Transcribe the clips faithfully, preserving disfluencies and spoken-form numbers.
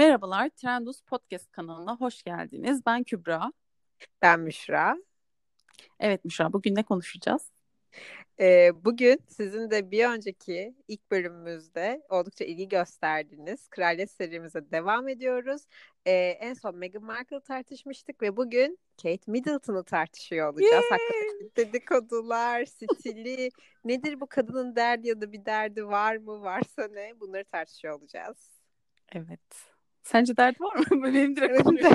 Merhabalar, Trendus Podcast kanalına hoş geldiniz. Ben Kübra. Ben Müşra. Evet Müşra, bugün ne konuşacağız? Ee, bugün sizin de bir önceki ilk bölümümüzde oldukça ilgi gösterdiğiniz Kraliyet serimize devam ediyoruz. Ee, en son Meghan Markle'ı tartışmıştık ve bugün Kate Middleton'ı tartışıyor olacağız. Yay! Hakkındaki dedikodular, stili, nedir bu kadının derdi ya da bir derdi var mı, varsa ne? Bunları tartışıyor olacağız. Evet. Sence derdi var mı? Benim direkt Evet. konuyu.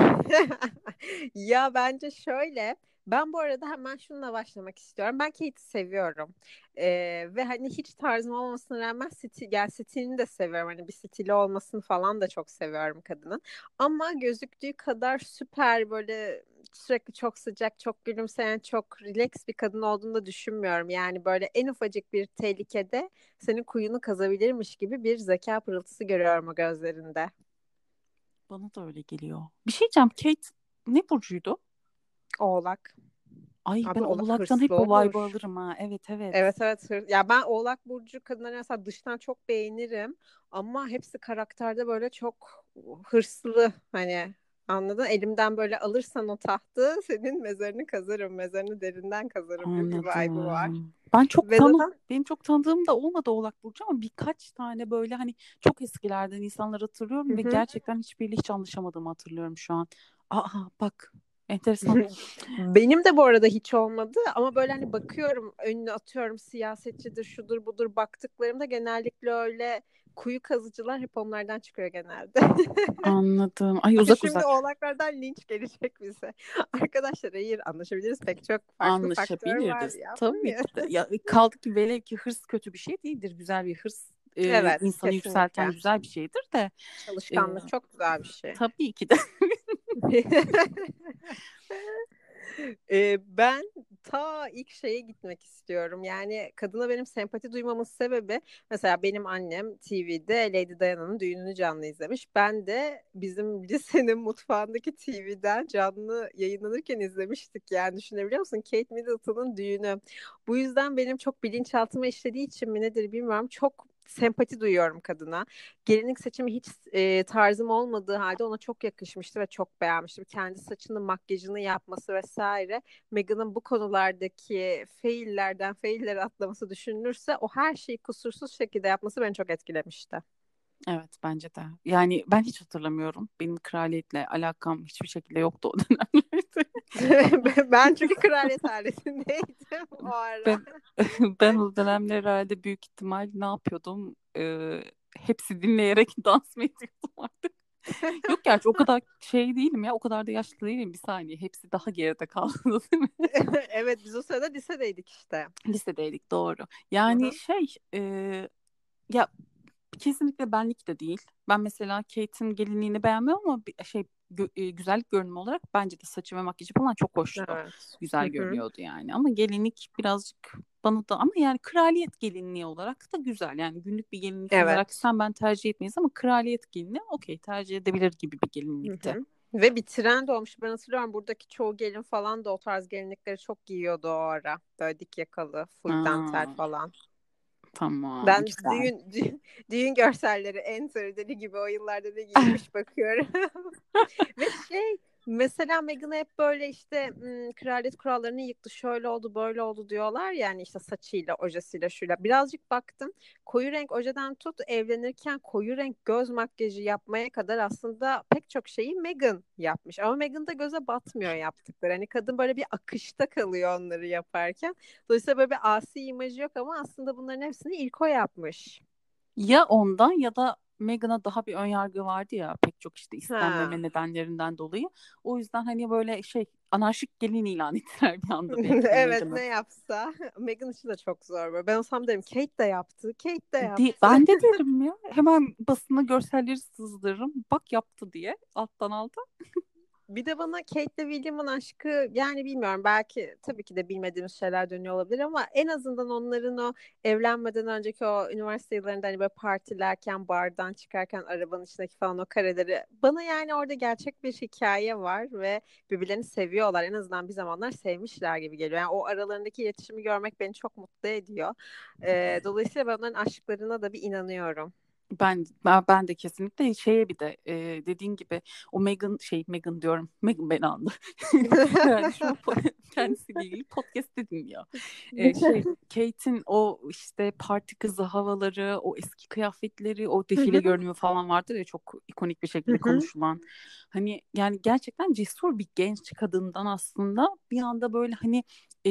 Ya bence şöyle, ben bu arada hemen şununla başlamak istiyorum. Ben Kate'i seviyorum. Ee, ve hani hiç tarzım olmamasına rağmen stil, yani stilini de seviyorum. Hani bir stili olmasını falan da çok seviyorum kadının. Ama gözüktüğü kadar süper böyle sürekli çok sıcak, çok gülümseyen, çok relax bir kadın olduğunu da düşünmüyorum. Yani böyle en ufacık bir tehlikede senin kuyunu kazabilirmiş gibi bir zeka pırıltısı görüyorum o gözlerinde. Bana da öyle geliyor. Bir şey diyeceğim. Kate ne burcuydu? Oğlak. Ay ben Abi Oğlak Oğlak'tan hırslı hep o vibe'ı olur. alırım ha. Evet evet. Evet evet. hır- Ya ben Oğlak Burcu kadınları mesela dıştan çok beğenirim. Ama hepsi karakterde böyle çok hırslı. Hani anladın? Elimden böyle alırsan o tahtı senin mezarını kazarım. Mezarını derinden kazarım gibi bir vibe'ı var. Anladım. Ben çok Ve tanı zaten benim çok tanıdığım da olmadı Oğlak Burcu ama birkaç tane böyle hani çok eskilerden insanlar hı hatırlıyorum ve hı. gerçekten hiçbiriyle hiç anlaşamadığımı hatırlıyorum şu an. Aa bak enteresan. Benim de bu arada hiç olmadı ama böyle hani bakıyorum önüne atıyorum siyasetçidir şudur budur baktıklarımda genellikle öyle kuyu kazıcılar hep onlardan çıkıyor genelde. Anladım. Ay uzak Şimdi uzak oğlaklardan linç gelecek bize. Arkadaşlar hayır anlaşabiliriz pek çok farklı faktör var anlaşabiliriz. Tabii yapmayın. ki de. Ya kaldı ki velev ki hırs kötü bir şey değildir. Güzel bir hırs e, Evet insanı yükselten kesinlikle. güzel bir şeydir de e, Çalışkanlık çok güzel bir şey. tabii ki de. Ee, ben ta ilk şeye gitmek istiyorum. Yani kadına benim sempati duymamın sebebi mesela benim annem T V'de Lady Diana'nın düğününü canlı izlemiş. Ben de bizim lisenin mutfağındaki T V'den canlı yayınlanırken izlemiştik. Yani düşünebiliyor musun? Kate Middleton'ın düğünü. Bu yüzden benim çok bilinçaltıma işlediği için mi nedir bilmiyorum. Çok sempati duyuyorum kadına. Gelinlik seçimi hiç e, tarzım olmadığı halde ona çok yakışmıştı ve çok beğenmiştim. Kendi saçını, makyajını yapması vesaire. Meghan'ın bu konulardaki faillerden faillere atlaması düşünülürse o her şeyi kusursuz şekilde yapması beni çok etkilemişti. Evet bence de. Yani ben hiç hatırlamıyorum. Benim kraliyetle alakam hiçbir şekilde yoktu o dönemlerde. Ben çünkü kraliyet ailesindeydim o ara. Ben ben o dönemler herhalde büyük ihtimal ne yapıyordum? Ee, hepsi dinleyerek dans mı ediyordum artık? Yok gerçi o kadar şey değilim ya. O kadar da yaşlı değilim. Bir saniye. Hepsi daha geride kaldı değil mi? Evet biz o sırada lisedeydik işte. Lisedeydik doğru. Hı Yani hı. şey e, ya kesinlikle benlik de değil. Ben mesela Kate'in gelinliğini beğenmiyorum ama bir şey gö- e, güzellik görünümü olarak bence de saçı ve makyajı falan çok hoştu. Evet. Güzel Hı hı. görünüyordu yani. Ama gelinlik birazcık bana da ama yani kraliyet gelinliği olarak da güzel. Yani günlük bir gelinlik olarak Evet. sen ben tercih etmeyiz ama kraliyet gelinliği okey tercih edebilir gibi bir Hı gelinlikti. hı. Ve bir trend olmuş. Ben hatırlıyorum buradaki çoğu gelin falan da o tarz gelinlikleri çok giyiyordu o ara. Böyle dik yakalı, full dantel Ha, falan. tamam Ben güzel. düğün, düğün, düğün görselleri Enter deli gibi o yıllarda ne giymiş bakıyorum. Ve şey mesela Meghan hep böyle işte m, kraliyet kurallarını yıktı şöyle oldu böyle oldu diyorlar yani işte saçıyla ojesiyle şuyla birazcık baktım koyu renk ojeden tut evlenirken koyu renk göz makyajı yapmaya kadar aslında pek çok şeyi Meghan yapmış ama Meghan da göze batmıyor yaptıkları hani kadın böyle bir akışta kalıyor onları yaparken dolayısıyla böyle bir asi imajı yok ama aslında bunların hepsini ilk o yapmış. Ya ondan ya da Meghan'a daha bir ön yargı vardı ya pek çok işte Ha. istenmeme nedenlerinden dolayı. O yüzden hani böyle şey anarşik gelin ilan ettiler bir anda belki de Evet Meghan'ı. ne yapsa Meghan için de çok zor böyle. Ben olsam derim Kate de yaptı. Kate de De, yaptı. ben de derim ya hemen basına görselleri sızdırırım bak yaptı diye alttan alta. Bir de bana Kate ile William'ın aşkı yani bilmiyorum belki tabii ki de bilmediğimiz şeyler dönüyor olabilir ama en azından onların o evlenmeden önceki o üniversite yıllarında hani böyle partilerken bardan çıkarken arabanın içindeki falan o kareleri bana yani orada gerçek bir hikaye var ve birbirlerini seviyorlar en azından bir zamanlar sevmişler gibi geliyor. Yani o aralarındaki iletişimi görmek beni çok mutlu ediyor. Ee, dolayısıyla ben onların aşklarına da bir inanıyorum. Ben, ben ben de kesinlikle şeye bir de e, dediğin gibi o Meghan şey Meghan diyorum Meghan beni andı. Herhalde şu an po- kendisiyle ilgili podcast dedim ya. E, şey Kate'in o işte parti kızı havaları, o eski kıyafetleri, o defile görünümü falan vardır ya, çok ikonik bir şekilde konuşulan. Hani yani gerçekten cesur bir genç kadından aslında bir anda böyle hani e,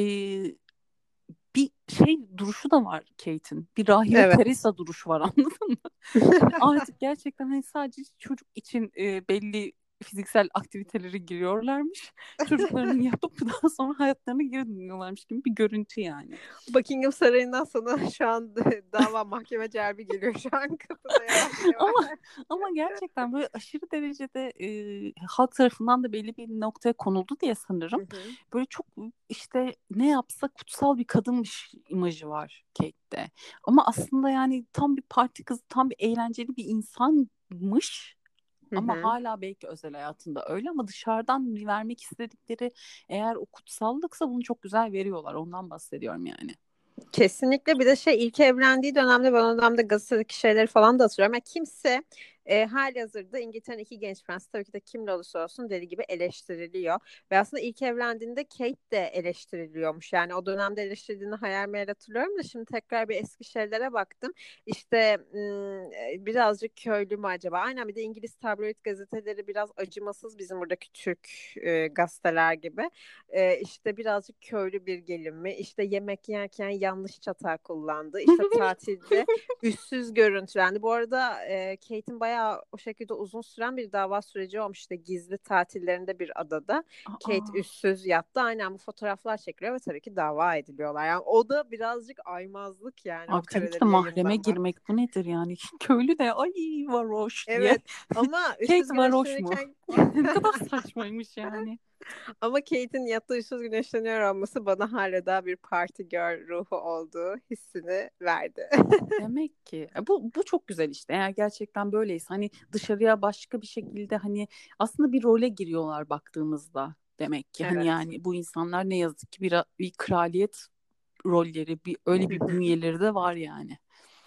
bir şey duruşu da var Kate'in. Bir rahibe Evet. Teresa duruşu var, anladın mı? Hani artık gerçekten hani sadece çocuk için e, belli fiziksel aktivitelere giriyorlarmış. Çocuklarını yapıp daha sonra hayatlarına geri dönüyorlarmış gibi bir görüntü yani. Buckingham Sarayı'ndan sana şu an dava mahkeme celbi geliyor şu an kapıda yavaş Ama yavaş. ama gerçekten böyle aşırı derecede e, halk tarafından da belli bir noktaya konuldu diye sanırım. Hı hı. Böyle çok işte ne yapsa kutsal bir kadınmış imajı var Kate'de. Ama aslında yani tam bir parti kızı, tam bir eğlenceli bir insanmış. Hı Ama hı. hala belki özel hayatında öyle, ama dışarıdan vermek istedikleri eğer o kutsallıksa bunu çok güzel veriyorlar. Ondan bahsediyorum yani. Kesinlikle, bir de şey, ilk evlendiği dönemde ben o dönemde gazetedeki şeyleri falan da hatırlıyorum. Yani kimse e, halihazırda İngiltere'nin iki genç prensi tabii ki de kimle olursa olsun deli gibi eleştiriliyor. Ve aslında ilk evlendiğinde Kate de eleştiriliyormuş. Yani o dönemde eleştirildiğini hayal meyal hatırlıyorum da şimdi tekrar bir eski şeylere baktım. İşte m, birazcık köylü mü acaba? Aynen, bir de İngiliz tabloid gazeteleri biraz acımasız, bizim buradaki Türk e, gazeteler gibi. Ee, işte birazcık köylü bir gelin mi? İşte yemek yerken yanlış çatal kullandı. İşte tatilde üstsüz görüntülendi. Bu arada e, Kate'in bayağı o şekilde uzun süren bir dava süreci olmuş. İşte gizli tatillerinde bir adada Kate Aa, üstsüz yattı. Aynen, bu fotoğraflar çekiliyor ve tabii ki dava ediliyorlar. Yani o da birazcık aymazlık, yani o abi tabii ki de kareleri mahreme yayınlamak. girmek, bu nedir yani? Köylü de ay varoş diye. Evet, ama üstsüz Kate varoş mu? güneşlenirken Ne kadar saçmaymış yani. ama Kate'in yatta uysuz güneşleniyor olması bana hala daha bir party girl ruhu olduğu hissini verdi. Demek ki e, bu bu çok güzel işte. Eğer gerçekten böyleyse hani dışarıya başka bir şekilde hani aslında bir role giriyorlar baktığımızda, demek ki hani Evet. yani bu insanlar ne yazık ki bir, bir kraliyet rolleri, bir öyle bir bünyeleri de var yani.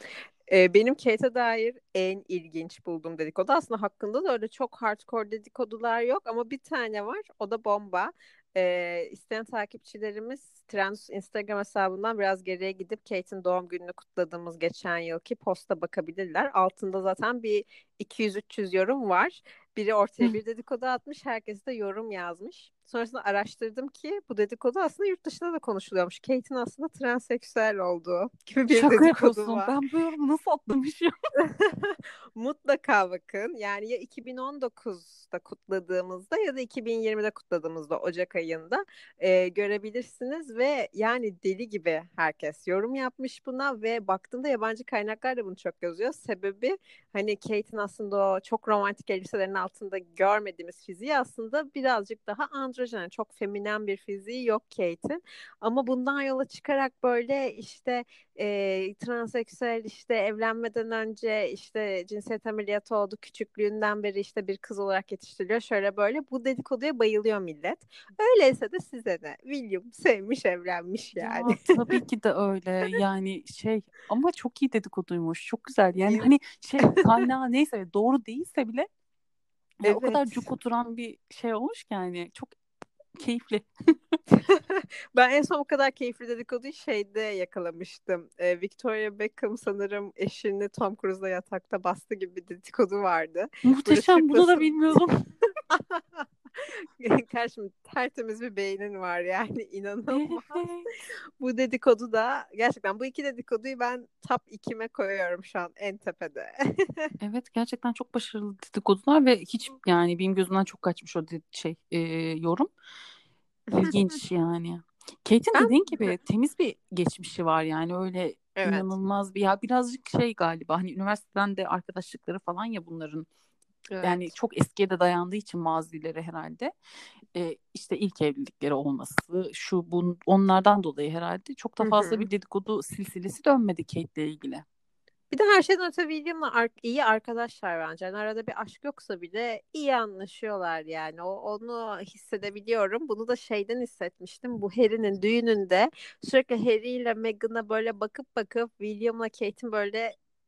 Ee, benim Kate'e dair en ilginç bulduğum dedikodu, aslında hakkında da öyle çok hardcore dedikodular yok ama bir tane var, o da bomba. Ee, isteyen takipçilerimiz Trendus Instagram hesabından biraz geriye gidip Kate'in doğum gününü kutladığımız geçen yılki posta bakabilirler. Altında zaten bir iki yüz üç yüz yorum var. Biri ortaya bir dedikodu atmış, herkes de yorum yazmış. Sonrasında araştırdım ki bu dedikodu aslında yurt dışında da konuşuluyormuş. Kate'in aslında transseksüel olduğu gibi bir Şaka dedikodu yapıyorsun. var. Ben bu yorumu nasıl atlamışım? Mutlaka bakın. Yani ya iki bin on dokuzda kutladığımızda ya da iki bin yirmide kutladığımızda Ocak ayında e, görebilirsiniz ve yani deli gibi herkes yorum yapmış buna ve baktığımda yabancı kaynaklar da bunu çok yazıyor. Sebebi, hani Kate'in aslında o çok romantik elbiselerin altında görmediğimiz fiziği aslında birazcık daha androjen, çok feminen bir fiziği yok Kate'in. Ama bundan yola çıkarak böyle işte e, transseksüel, işte evlenmeden önce işte cinsiyet ameliyatı oldu, küçüklüğünden beri işte bir kız olarak yetiştiriliyor, şöyle böyle, bu dedikoduya bayılıyor millet. Öyleyse de size ne? William sevmiş, evlenmiş yani. Ya tabii ki de öyle yani şey, ama çok iyi dedikoduymuş, çok güzel yani İn- hani şey kaynağı neyse doğru değilse bile ya o kadar Evet. cuk oturan bir şey olmuş ki yani çok keyifli. Ben en son o kadar keyifli dedikoduyu şeyde yakalamıştım. Ee, Victoria Beckham sanırım eşini Tom Cruise'la yatakta bastı gibi bir dedikodu vardı. Böyle Muhteşem, bunu da sırtlasın. bilmiyordum. Karşım, tertemiz bir beynin var yani, inanılmaz. Evet. Bu dedikodu da gerçekten, bu iki dedikoduyu ben top ikime koyuyorum şu an, en tepede. Evet, gerçekten çok başarılı dedikodular ve hiç yani benim gözümden çok kaçmış o de- şey e, yorum. İlginç yani. Kate'in Ben dediğin gibi temiz bir geçmişi var yani, öyle evet. inanılmaz bir, ya birazcık şey galiba hani üniversiteden de arkadaşlıkları falan ya bunların, yani Evet. çok eskiye de dayandığı için mazileri herhalde, e, işte ilk evlilikleri olması şu bu onlardan dolayı herhalde çok da Hı fazla bir hı. dedikodu silsilesi dönmedi Kate'le ilgili. Bir de her şeyden öte William'la ar- iyi arkadaşlar bence. Yani arada bir aşk yoksa bile iyi anlaşıyorlar yani. O, onu hissedebiliyorum. Bunu da şeyden hissetmiştim. Bu Harry'nin düğününde sürekli Harry ile Meghan'a böyle bakıp bakıp William'la Kate'in böyle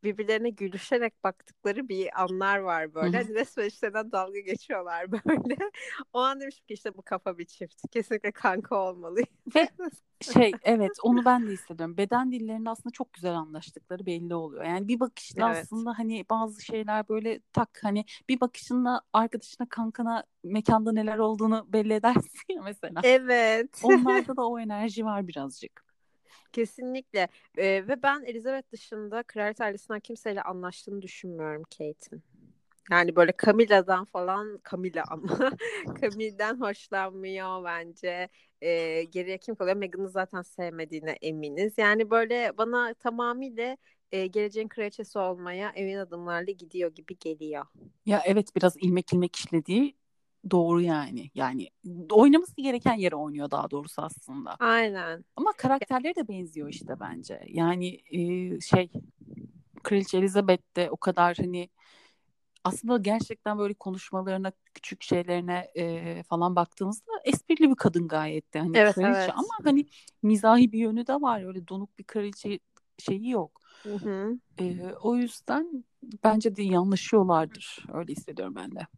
birbirlerine gülüşerek baktıkları bir anlar var Hı böyle. hı. Hani resmen işlerinden dalga geçiyorlar böyle. O an demişim ki işte bu kafa bir çift. Kesinlikle kanka olmalıyız. Ve şey, evet, onu ben de hissediyorum. Beden dillerinde aslında çok güzel anlaştıkları belli oluyor. Yani bir bakışla Evet. aslında hani bazı şeyler böyle tak, hani bir bakışınla arkadaşına, kankana mekanda neler olduğunu belli edersin ya mesela. Evet. Onlarda da o enerji var birazcık. Kesinlikle. Ee, ve ben Elizabeth dışında kraliyet ailesinden kimseyle anlaştığını düşünmüyorum Kate'in. Yani böyle Camilla'dan falan, Camilla ama Camille'den hoşlanmıyor bence. Ee, geriye kim kalıyor? Meghan'ı zaten sevmediğine eminiz. Yani böyle bana tamamıyla e, geleceğin kraliçesi olmaya emin adımlarla gidiyor gibi geliyor. Ya evet, biraz ilmek ilmek işlediği doğru yani. Yani oynaması gereken yere oynuyor daha doğrusu aslında. Aynen. Ama karakterleri de benziyor işte bence. Yani e, şey, Kraliçe Elizabeth de o kadar hani aslında gerçekten böyle konuşmalarına, küçük şeylerine e, falan baktığınızda esprili bir kadın gayet de, hani Evet, kraliçe ama evet. hani mizahi bir yönü de var. Öyle donuk bir kraliçe şeyi yok. Hı hı. E, o yüzden bence de iyi anlaşıyorlardır. Öyle hissediyorum ben de.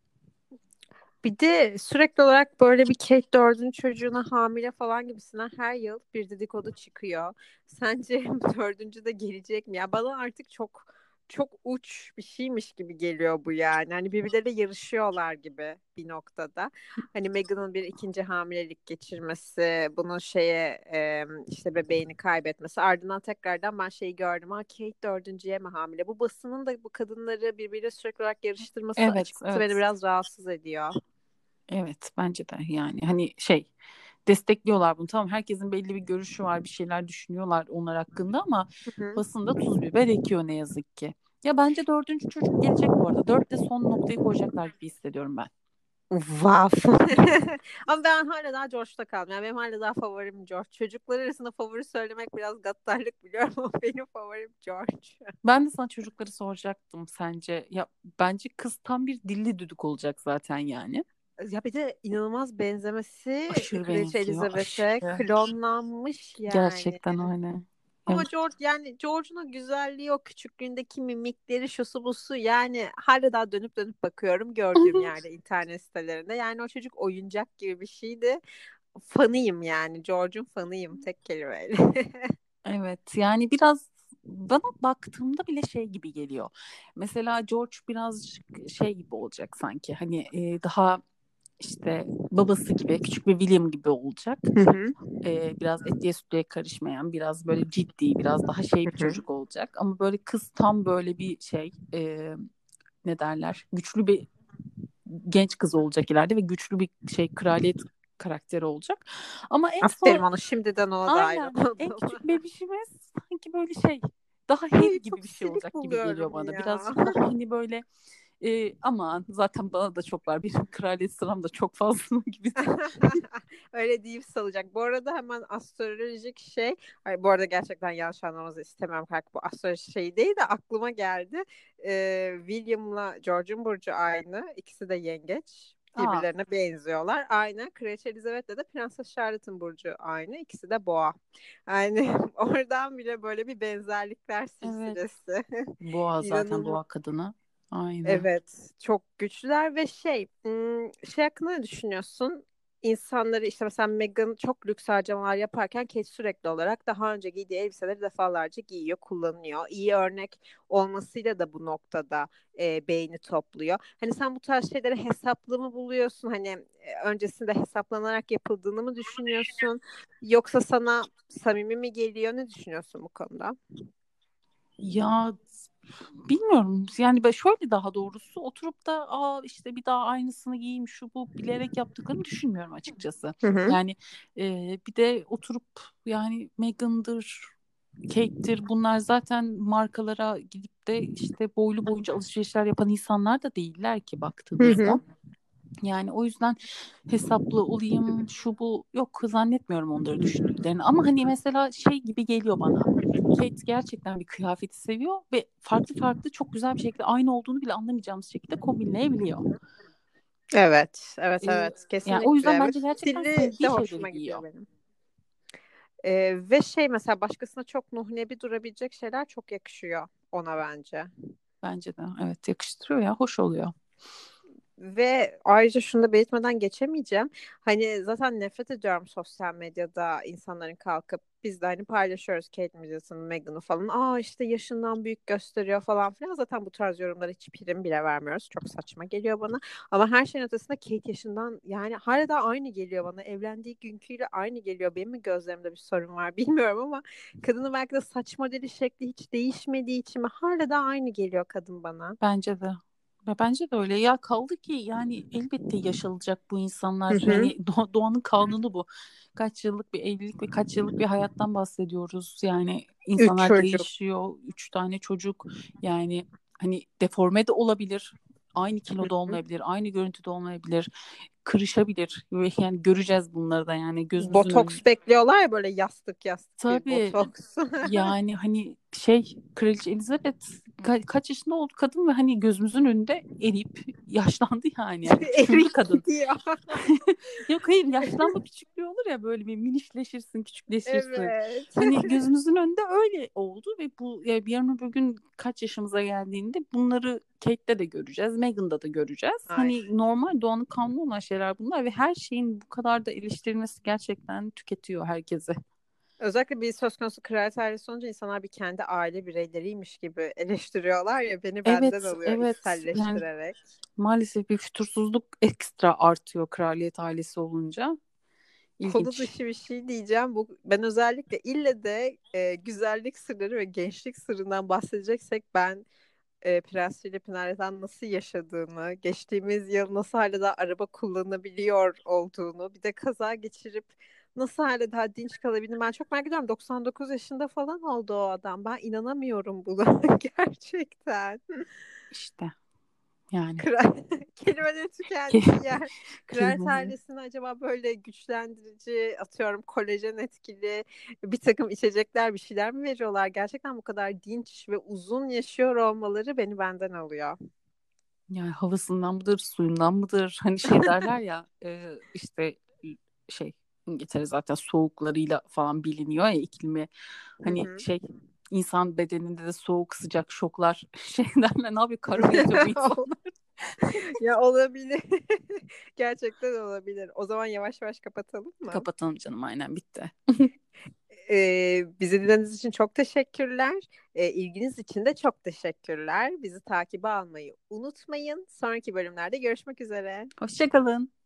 Bir de sürekli olarak böyle bir Kate dördüncü çocuğuna hamile falan gibisinden her yıl bir dedikodu çıkıyor. Sence dördüncü de gelecek mi? Ya bana artık çok çok uç bir şeymiş gibi geliyor bu yani. Hani birbirleriyle yarışıyorlar gibi bir noktada. Hani Meghan'ın bir ikinci hamilelik geçirmesi, bunun şeye e, işte bebeğini kaybetmesi. Ardından tekrardan ben şeyi gördüm. Ha Kate dördüncüye mi hamile? Bu basının da bu kadınları birbiriyle sürekli olarak yarıştırması Evet, açıkçası beni evet. biraz rahatsız ediyor. Evet, bence de yani hani şey, destekliyorlar bunu, tamam, herkesin belli bir görüşü var, bir şeyler düşünüyorlar onlar hakkında ama Hı hı. basında tuz biber ekiyor ne yazık ki. Ya bence dördüncü çocuk gelecek bu arada. Dörtte son noktayı koyacaklar gibi hissediyorum ben. Wow. Ama ben hala daha George'da kaldım. Yani benim hala daha favorim George. Çocuklar arasında favori söylemek biraz gaddarlık biliyorum ama benim favorim George. Ben de sana çocukları soracaktım sence. Ya bence kız tam bir dilli düdük olacak zaten yani. Ya bir de inanılmaz benzemesi Aşırı Kraliçe benziyor, Elizabeth'e aşırı. klonlanmış yani. Gerçekten öyle. Ama Evet. George yani George'un o güzelliği, o küçüklüğündeki mimikleri, şusu busu yani hala daha dönüp dönüp bakıyorum gördüğüm yerde internet sitelerinde. Yani o çocuk oyuncak gibi bir şeydi. Fanıyım yani. George'un fanıyım tek kelimeyle. Evet, yani biraz bana baktığımda bile şey gibi geliyor. Mesela George birazcık şey gibi olacak sanki. Hani e, daha işte babası gibi, küçük bir William gibi olacak. Hı hı. E, biraz etliye sütlüye karışmayan, biraz böyle ciddi, biraz daha şey Hı bir hı. çocuk olacak. Ama böyle kız tam böyle bir şey, e, ne derler, güçlü bir genç kız olacak ileride ve güçlü bir şey, kraliyet karakteri olacak. Ama en Aferin son onu şimdiden ona da hayran aynen en oldum. küçük bebişimiz sanki böyle şey, daha Ay Harry gibi çok bir şey silik olacak gibi geliyor buluyorum bana. ya. Birazcık daha hani böyle e, aman zaten bana da çok var. Benim kraliyet sıram da çok fazla gibi. Öyle deyip salacak. Bu arada hemen astrolojik şey, ay, bu arada gerçekten yanlış anlamanızı istemem kanka. Bu astroloji şey değil de aklıma geldi. Ee, William'la George'un burcu aynı. İkisi de yengeç. Aa, Birbirlerine benziyorlar. Aynı. Kraliçe Elizabeth'le de Prenses Charlotte'ın burcu aynı. İkisi de boğa. Yani oradan bile böyle bir benzerlikler evet. silsilesi. Boğa, zaten İnanılmaz. boğa kadını. Aynı. Evet, çok güçlüler ve şey, ım, şey hakkında ne düşünüyorsun? İnsanları işte mesela Meghan çok lüks harcamalar yaparken Kate sürekli olarak daha önce giydiği elbiseleri defalarca giyiyor, kullanıyor. İyi örnek olmasıyla da bu noktada e, beğeni topluyor. Hani sen bu tarz şeyleri hesaplı mı buluyorsun? Hani e, öncesinde hesaplanarak yapıldığını mı düşünüyorsun? Yoksa sana samimi mi geliyor? Ne düşünüyorsun bu konuda? Ya bilmiyorum yani, ben şöyle, daha doğrusu oturup da aa işte bir daha aynısını giyeyim şu bu bilerek yaptıklarını düşünmüyorum açıkçası. Hı hı. Yani e, bir de oturup yani Meghan'dır, Kate'tir, bunlar zaten markalara gidip de işte boylu boyunca alışverişler yapan insanlar da değiller ki Hı hı. baktığınızda. Yani o yüzden hesaplı olayım şu bu yok, zannetmiyorum onları düşündüklerini. Ama hani mesela şey gibi geliyor bana. Kate gerçekten bir kıyafeti seviyor ve farklı farklı çok güzel bir şekilde aynı olduğunu bile anlamayacağımız şekilde kombinleyebiliyor. Evet, evet, Ee, evet, yani o yüzden kesinlikle. Ve bence gerçekten stili de sevdiği şeyleri hoşuma giyiyor. gidiyor benim. Ee, ve şey mesela başkasına çok nuhnebi durabilecek şeyler çok yakışıyor. ona bence. Bence de evet, yakıştırıyor ya, hoş oluyor. Ve ayrıca şunu da belirtmeden geçemeyeceğim. Hani zaten nefret ediyorum sosyal medyada insanların kalkıp biz de hani paylaşıyoruz Kate Middleton'ı, Meghan'ı falan. Aa işte yaşından büyük gösteriyor falan filan. Zaten bu tarz yorumlara hiç prim bile vermiyoruz. Çok saçma geliyor bana. Ama her şeyin ötesinde Kate yaşından yani hala da aynı geliyor bana. Evlendiği günküyle aynı geliyor. Benim mi gözlerimde bir sorun var bilmiyorum ama kadının belki de saç modeli şekli hiç değişmediği için mi hala da aynı geliyor kadın bana. Bence de. Ve bence de öyle. Ya kaldı ki yani elbette yaşanacak bu Hı insanlar. hı. Yani doğa- doğanın kanunu bu. Kaç yıllık bir evlilik ve kaç yıllık bir hayattan bahsediyoruz. Yani Üç insanlar çocuk. değişiyor. Üç tane çocuk. Yani hani deforme de olabilir. Aynı Hı kiloda hı. olmayabilir. Aynı görüntüde olmayabilir. Kırışabilir. Ve yani göreceğiz bunları da, yani gözümüzün Botoks önünde. bekliyorlar ya böyle yastık yastık bir Tabii. botoks. Yani hani şey, Kraliçe Elizabeth ka- kaç yaşında oldu kadın ve hani gözümüzün önünde eriyip yaşlandı yani. Yani küçüldü Eriyip kadın. gidiyor. Yok hayır, yaşlanma küçüklüğü olur ya, böyle bir minişleşirsin, küçükleşirsin. Evet. Hani gözümüzün önünde öyle oldu ve bu ya bir yarın öbür gün kaç yaşımıza geldiğinde bunları Kate'de de göreceğiz, Meghan'da da göreceğiz. Aynen. Hani normal, doğanın kanunu olan şeyler bunlar ve her şeyin bu kadar da eleştirilmesi gerçekten tüketiyor herkesi. Özellikle bir söz konusu kraliyet ailesi olunca insanlar bir kendi aile bireyleriymiş gibi eleştiriyorlar ya beni benden Evet, alıyor evet. Yani içselleştirerek. maalesef bir fütursuzluk ekstra artıyor kraliyet ailesi olunca. Konu İlginç. dışı bir şey diyeceğim. Bu ben özellikle ille de e, güzellik sırları ve gençlik sırrından bahsedeceksek ben e, Prens Philip'in aileden nasıl yaşadığını, geçtiğimiz yıl nasıl hala da araba kullanabiliyor olduğunu, bir de kaza geçirip nasıl hala daha dinç kalabildiğini ben çok merak ediyorum. doksan dokuz yaşında falan oldu o adam. Ben inanamıyorum buna gerçekten. İşte yani Kral, kelimeleri ke tükendiği yer. Kraliyet kelimeleri. ailesini acaba böyle güçlendirici, atıyorum kolajen etkili bir takım içecekler bir şeyler mi veriyorlar? Gerçekten bu kadar dinç ve uzun yaşıyor olmaları beni benden alıyor. Yani havasından mıdır, suyundan mıdır? Hani şey derler ya, e, işte şey, İngiltere zaten soğuklarıyla falan biliniyor ya, iklimi. Hı Hani hı. şey, insan bedeninde de soğuk sıcak şoklar şey derler, ne yapıyor, kara mı yatıyor bu insanlar? Ya olabilir. Gerçekten olabilir. O zaman yavaş yavaş kapatalım mı? Kapatalım canım, aynen bitti. Ee, bizi dinlediğiniz için çok teşekkürler. Ee, ilginiz için de çok teşekkürler. Bizi takibe almayı unutmayın. Sonraki bölümlerde görüşmek üzere. Hoşçakalın.